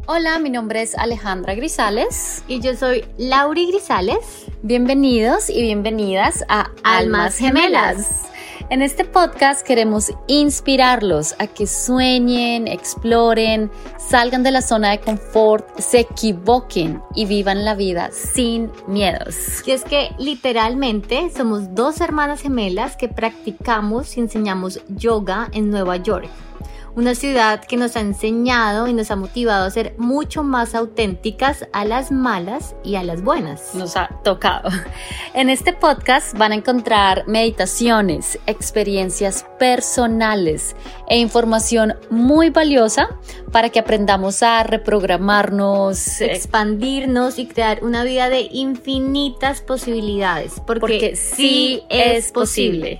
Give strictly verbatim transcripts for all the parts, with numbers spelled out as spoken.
Hola, mi nombre es Alejandra Grisales. Y yo soy Lauri Grisales. Bienvenidos y bienvenidas a Almas Gemelas. En este podcast queremos inspirarlos a que sueñen, exploren, salgan de la zona de confort, se equivoquen y vivan la vida sin miedos. Y es que literalmente somos dos hermanas gemelas que practicamos y enseñamos yoga en Nueva York. Una ciudad que nos ha enseñado y nos ha motivado a ser mucho más auténticas a las malas y a las buenas. Nos ha tocado. En este podcast van a encontrar meditaciones, experiencias personales e información muy valiosa para que aprendamos a reprogramarnos, expandirnos y crear una vida de infinitas posibilidades. Porque, porque sí es posible.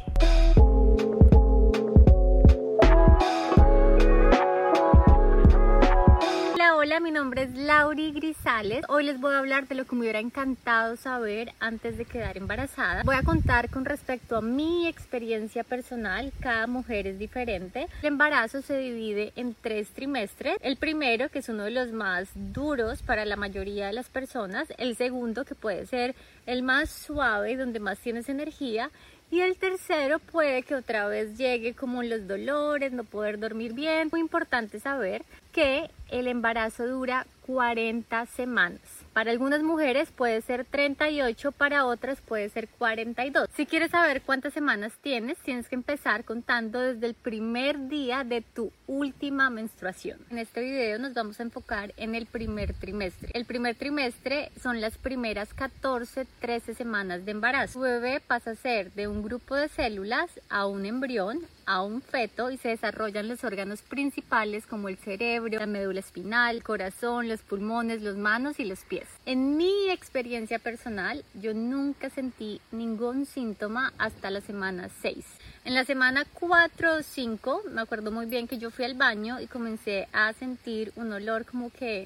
Hola, mi nombre es Lauri Grisales. Hoy les voy a hablar de lo que me hubiera encantado saber antes de quedar embarazada. Voy a contar con respecto a mi experiencia personal. Cada mujer es diferente. El embarazo se divide en tres trimestres. El primero, que es uno de los más duros para la mayoría de las personas. El segundo, que puede ser el más suave, donde más tienes energía. Y el tercero puede que otra vez llegue como los dolores, no poder dormir bien. Muy importante saber que el embarazo dura cuarenta semanas. Para algunas mujeres puede ser treinta y ocho, para otras puede ser cuarenta y dos. Si quieres saber cuántas semanas tienes, tienes que empezar contando desde el primer día de tu última menstruación. En este video nos vamos a enfocar en el primer trimestre. El primer trimestre son las primeras catorce, trece semanas de embarazo. Tu bebé pasa a ser de un grupo de células a un embrión, a un feto, y se desarrollan los órganos principales como el cerebro, la médula espinal, el corazón, los pulmones, los manos y los pies. En mi experiencia personal, yo nunca sentí ningún síntoma hasta la semana seis. En la semana cuatro o cinco, me acuerdo muy bien que yo fui al baño y comencé a sentir un olor como que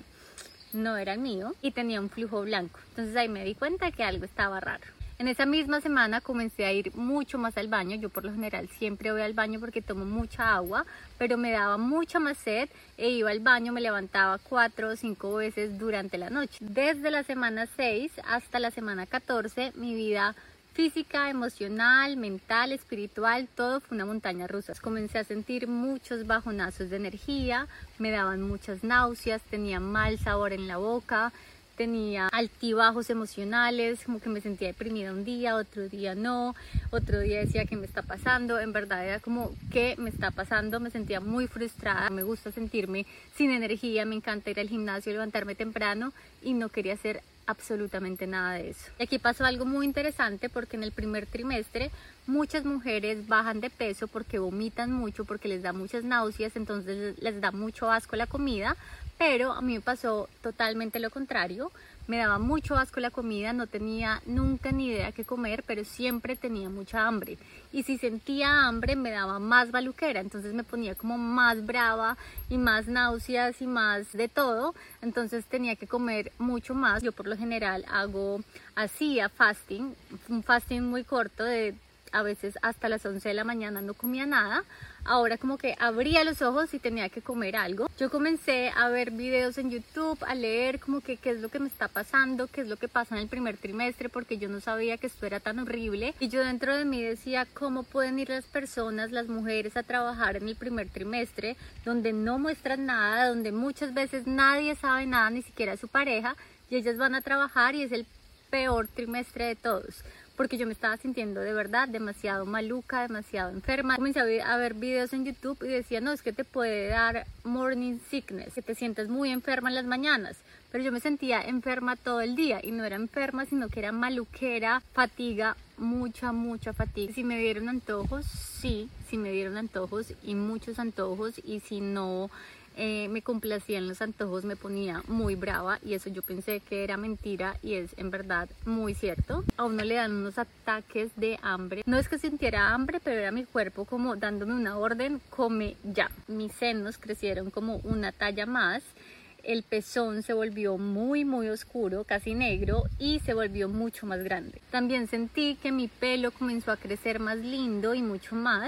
no era mío y tenía un flujo blanco. Entonces ahí me di cuenta que algo estaba raro. En esa misma semana comencé a ir mucho más al baño. Yo por lo general siempre voy al baño porque tomo mucha agua, pero me daba mucha más sed e iba al baño, me levantaba cuatro o cinco veces durante la noche. Desde la semana seis hasta la semana catorce, mi vida física, emocional, mental, espiritual, todo fue una montaña rusa. Comencé a sentir muchos bajonazos de energía, me daban muchas náuseas, tenía mal sabor en la boca, tenía altibajos emocionales, como que me sentía deprimida un día, otro día no, otro día decía ¿qué me está pasando? En verdad era como ¿qué me está pasando? Me sentía muy frustrada, me gusta sentirme sin energía, me encanta ir al gimnasio, levantarme temprano y no quería hacer absolutamente nada de eso. Y aquí pasó algo muy interesante porque en el primer trimestre muchas mujeres bajan de peso porque vomitan mucho, porque les da muchas náuseas, entonces les da mucho asco la comida, pero a mí me pasó totalmente lo contrario. Me daba mucho asco la comida, no tenía nunca ni idea qué comer, pero siempre tenía mucha hambre. Y si sentía hambre me daba más baluquera, entonces me ponía como más brava y más náuseas y más de todo. Entonces tenía que comer mucho más. Yo por lo general hago, hacía fasting, un fasting muy corto de a veces hasta las once de la mañana no comía nada. Ahora como que abría los ojos y tenía que comer algo. Yo comencé a ver videos en YouTube, a leer como que qué es lo que me está pasando, qué es lo que pasa en el primer trimestre, porque yo no sabía que esto era tan horrible. Y yo dentro de mí decía, ¿cómo pueden ir las personas, las mujeres, a trabajar en el primer trimestre, donde no muestran nada, donde muchas veces nadie sabe nada, ni siquiera su pareja, y ellas van a trabajar y es el peor trimestre de todos? Porque yo me estaba sintiendo de verdad demasiado maluca, demasiado enferma. Comencé a ver videos en YouTube y decía, no, es que te puede dar morning sickness, que te sientes muy enferma en las mañanas. Pero yo me sentía enferma todo el día y no era enferma, sino que era maluquera, fatiga, mucha, mucha fatiga. Si me dieron antojos, sí, sí me dieron antojos y muchos antojos, y si no Eh, me complacían los antojos, me ponía muy brava, y eso yo pensé que era mentira y es en verdad muy cierto. A uno le dan unos ataques de hambre, no es que sintiera hambre, pero era mi cuerpo como dándome una orden, come ya. Mis senos crecieron como una talla más, el pezón se volvió muy muy oscuro, casi negro, y se volvió mucho más grande. También sentí que mi pelo comenzó a crecer más lindo y mucho más,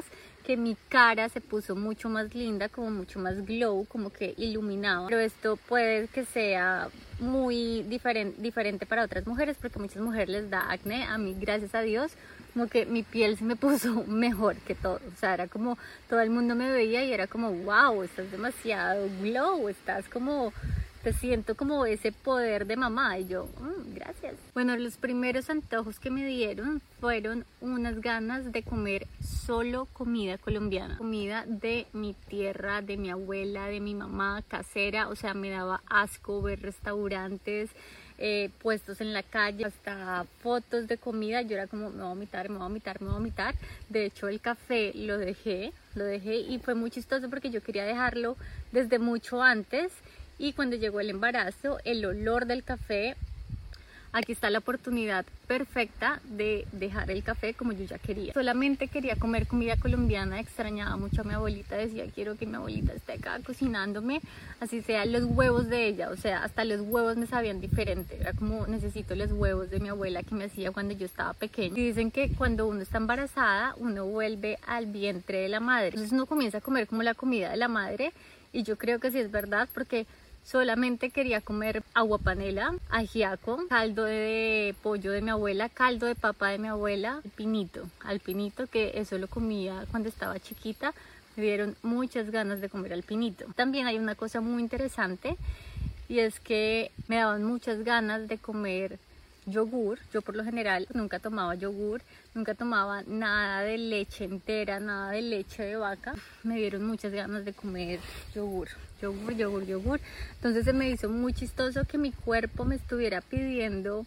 que mi cara se puso mucho más linda, como mucho más glow, como que iluminaba. Pero esto puede que sea muy diferente, diferente para otras mujeres, porque a muchas mujeres les da acné. A mí, gracias a Dios, como que mi piel se me puso mejor que todo. O sea, era como todo el mundo me veía y era como, wow, estás demasiado glow, estás como... te siento como ese poder de mamá. Y yo, mmm, gracias. Bueno, los primeros antojos que me dieron fueron unas ganas de comer solo comida colombiana, comida de mi tierra, de mi abuela, de mi mamá, casera. O sea, me daba asco ver restaurantes eh, puestos en la calle, hasta fotos de comida. Yo era como, me voy a vomitar, me voy a vomitar, me voy a vomitar. De hecho, el café lo dejé, lo dejé y fue muy chistoso porque yo quería dejarlo desde mucho antes. Y cuando llegó el embarazo, el olor del café, aquí está la oportunidad perfecta de dejar el café como yo ya quería. Solamente quería comer comida colombiana, extrañaba mucho a mi abuelita, decía quiero que mi abuelita esté acá cocinándome, así sea los huevos de ella, o sea, hasta los huevos me sabían diferente, era como necesito los huevos de mi abuela que me hacía cuando yo estaba pequeña. Y dicen que cuando uno está embarazada, uno vuelve al vientre de la madre, entonces uno comienza a comer como la comida de la madre y yo creo que sí es verdad porque... solamente quería comer agua panela, ajiaco, caldo de pollo de mi abuela, caldo de papa de mi abuela, pinito, alpinito, que eso lo comía cuando estaba chiquita. Me dieron muchas ganas de comer alpinito. También hay una cosa muy interesante y es que me daban muchas ganas de comer yogur. Yo por lo general nunca tomaba yogur, nunca tomaba nada de leche entera, nada de leche de vaca. Me dieron muchas ganas de comer yogur, yogur, yogur, yogur. Entonces se me hizo muy chistoso que mi cuerpo me estuviera pidiendo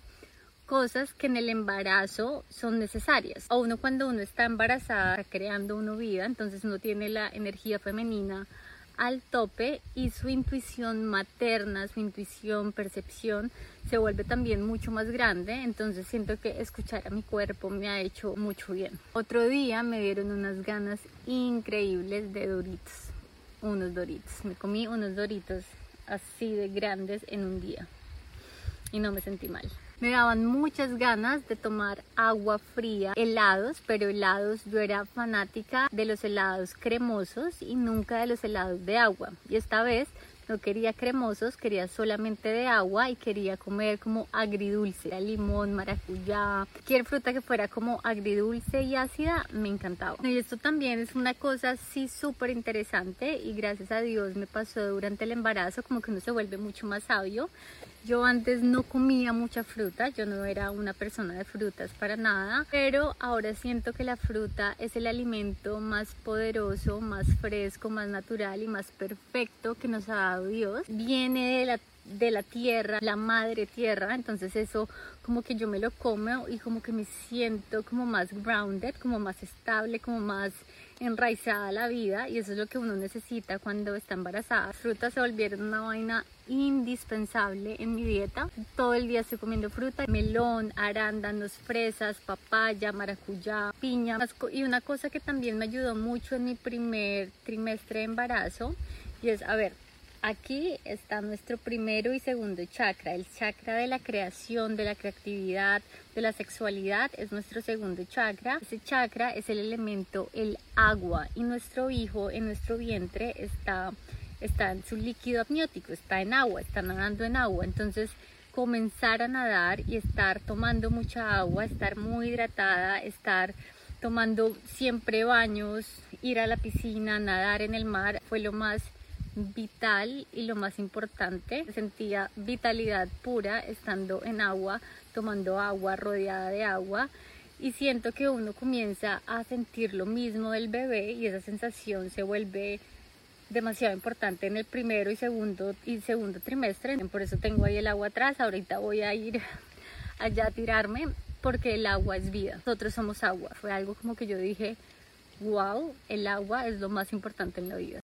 cosas que en el embarazo son necesarias. O uno cuando uno está embarazada, está creando uno vida, entonces uno tiene la energía femenina al tope y su intuición materna, su intuición, percepción se vuelve también mucho más grande. Entonces siento que escuchar a mi cuerpo me ha hecho mucho bien. Otro día me dieron unas ganas increíbles de Doritos, unos Doritos. Me comí unos Doritos así de grandes en un día y no me sentí mal. Me daban muchas ganas de tomar agua fría, helados, pero helados, yo era fanática de los helados cremosos y nunca de los helados de agua. Y esta vez no quería cremosos, quería solamente de agua y quería comer como agridulce, limón, maracuyá, cualquier fruta que fuera como agridulce y ácida, me encantaba. Y esto también es una cosa sí súper interesante y gracias a Dios me pasó durante el embarazo, como que uno se vuelve mucho más sabio. Yo antes no comía mucha fruta, yo no era una persona de frutas para nada, pero ahora siento que la fruta es el alimento más poderoso, más fresco, más natural y más perfecto que nos ha dado Dios. Viene de la de la tierra, la madre tierra, entonces eso como que yo me lo como y como que me siento como más grounded, como más estable, como más enraizada a la vida, y eso es lo que uno necesita cuando está embarazada. Las frutas se volvieron una vaina indispensable en mi dieta. Todo el día estoy comiendo fruta, melón, arándanos, fresas, papaya, maracuyá, piña. Y una cosa que también me ayudó mucho en mi primer trimestre de embarazo, y es, a ver, aquí está nuestro primero y segundo chakra. El chakra de la creación, de la creatividad, de la sexualidad es nuestro segundo chakra. Ese chakra es el elemento, el agua, y nuestro hijo en nuestro vientre está, está en su líquido amniótico, está en agua, está nadando en agua. Entonces comenzar a nadar y estar tomando mucha agua, estar muy hidratada, estar tomando siempre baños, ir a la piscina, nadar en el mar, fue lo más vital y lo más importante. Sentía vitalidad pura estando en agua, tomando agua, rodeada de agua, y siento que uno comienza a sentir lo mismo del bebé y esa sensación se vuelve demasiado importante en el primero y segundo y segundo trimestre. Por eso tengo ahí el agua atrás. Ahorita voy a ir allá a tirarme porque el agua es vida, nosotros somos agua. Fue algo como que yo dije, wow, el agua es lo más importante en la vida.